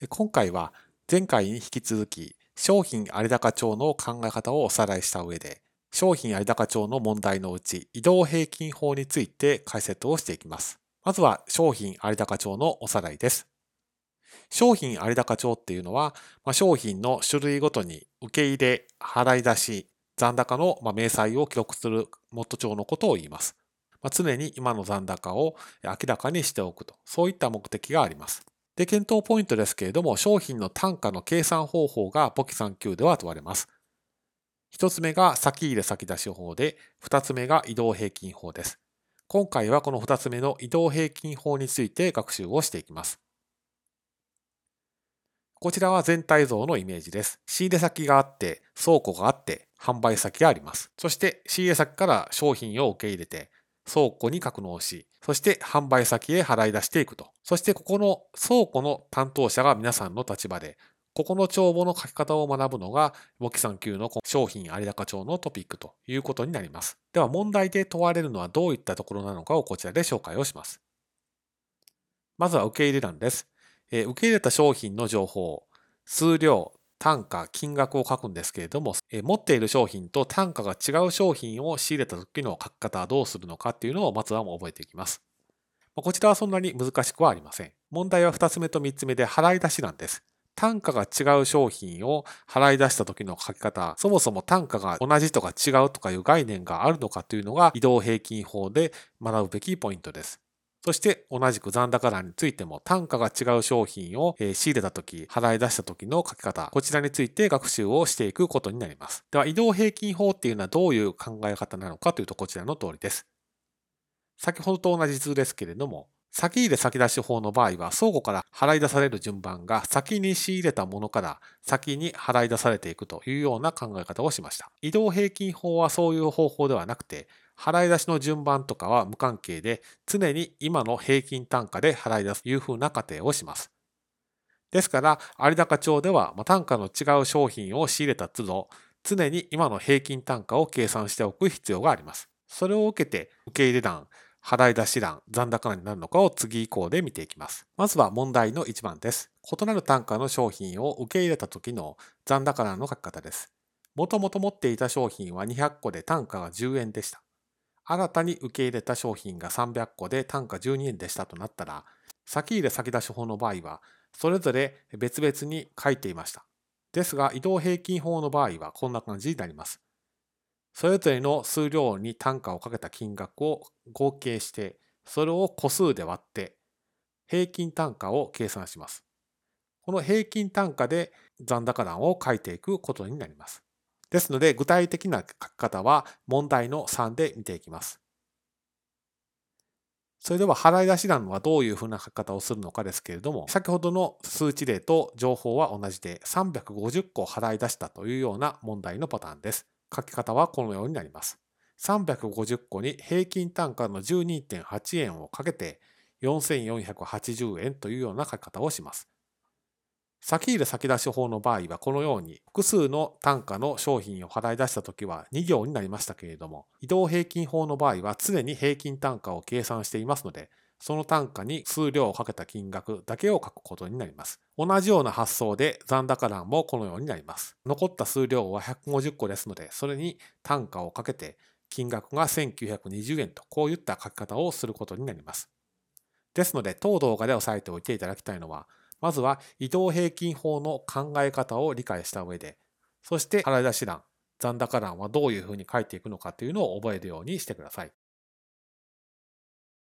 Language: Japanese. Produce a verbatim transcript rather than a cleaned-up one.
今回は前回に引き続き商品有高帳の考え方をおさらいした上で、商品有高帳の問題のうち移動平均法について解説をしていきます。まずは商品有高帳のおさらいです。商品有高帳っていうのは、まあ、商品の種類ごとに受け入れ、払い出し、残高のまあ明細を記録する元帳のことを言います。まあ、常に今の残高を明らかにしておくと、そういった目的があります。で、検討ポイントですけれども、商品の単価の計算方法が簿記さん級では問われます。一つ目が先入れ先出し法で、二つ目が移動平均法です。今回はこの二つ目の移動平均法について学習をしていきます。こちらは全体像のイメージです。仕入れ先があって、倉庫があって、販売先があります。そして仕入れ先から商品を受け入れて、倉庫に格納し、そして販売先へ払い出していくと。そしてここの倉庫の担当者が皆さんの立場で、ここの帳簿の書き方を学ぶのが簿記さん級の商品有高帳のトピックということになります。では問題で問われるのはどういったところなのかをこちらで紹介をします。まずは受け入れ欄です。えー受け入れた商品の情報、数量、単価、金額を書くんですけれども、えー持っている商品と単価が違う商品を仕入れた時の書き方はどうするのかっていうのをまずは覚えていきます。こちらはそんなに難しくはありません。問題はふたつめとみっつめで払い出し欄です。単価が違う商品を払い出した時の書き方、そもそも単価が同じとか違うとかいう概念があるのかというのが移動平均法で学ぶべきポイントです。そして同じく残高欄についても単価が違う商品を仕入れた時、払い出した時の書き方、こちらについて学習をしていくことになります。では移動平均法っていうのはどういう考え方なのかというとこちらの通りです。先ほどと同じ図ですけれども、先入れ先出し法の場合は、倉庫から払い出される順番が先に仕入れたものから先に払い出されていくというような考え方をしました。移動平均法はそういう方法ではなくて、払い出しの順番とかは無関係で、常に今の平均単価で払い出すというふうな仮定をします。ですから、有高帳では単価の違う商品を仕入れた都度、常に今の平均単価を計算しておく必要があります。それを受けて、受け入れ欄、払い出し欄、残高欄になるのかを次以降で見ていきます。まずは問題のいちばんです。異なる単価の商品を受け入れた時の残高欄の書き方です。もともと持っていた商品はにひゃっこで単価がじゅうえんでした。新たに受け入れた商品がさんびゃっこで単価じゅうにえんでしたとなったら、先入れ先出し法の場合は、それぞれ別々に書いていました。ですが、移動平均法の場合はこんな感じになります。それぞれの数量に単価をかけた金額を合計して、それを個数で割って、平均単価を計算します。この平均単価で残高欄を書いていくことになります。ですので、具体的な書き方は問題のさんで見ていきます。それでは払い出し欄はどういうふうな書き方をするのかですけれども、先ほどの数値例と情報は同じでさんびゃくごじゅっこ払い出したというような問題のパターンです。書き方はこのようになります。さんびゃくごじゅっこに平均単価の じゅうにてんはちえんをかけてよんせんよんひゃくはちじゅうえんというような書き方をします。先入れ先出し法の場合はこのように複数の単価の商品を払い出したときはに行になりましたけれども、移動平均法の場合は常に平均単価を計算していますので、その単価に数量をかけた金額だけを書くことになります。同じような発想で残高欄もこのようになります。残った数量はひゃくごじゅっこですので、それに単価をかけて金額がせんきゅうひゃくにじゅうえんと、こういった書き方をすることになります。ですので、当動画で押さえておいていただきたいのは、まずは移動平均法の考え方を理解した上で、そして払い出し欄、残高欄はどういうふうに書いていくのかというのを覚えるようにしてください。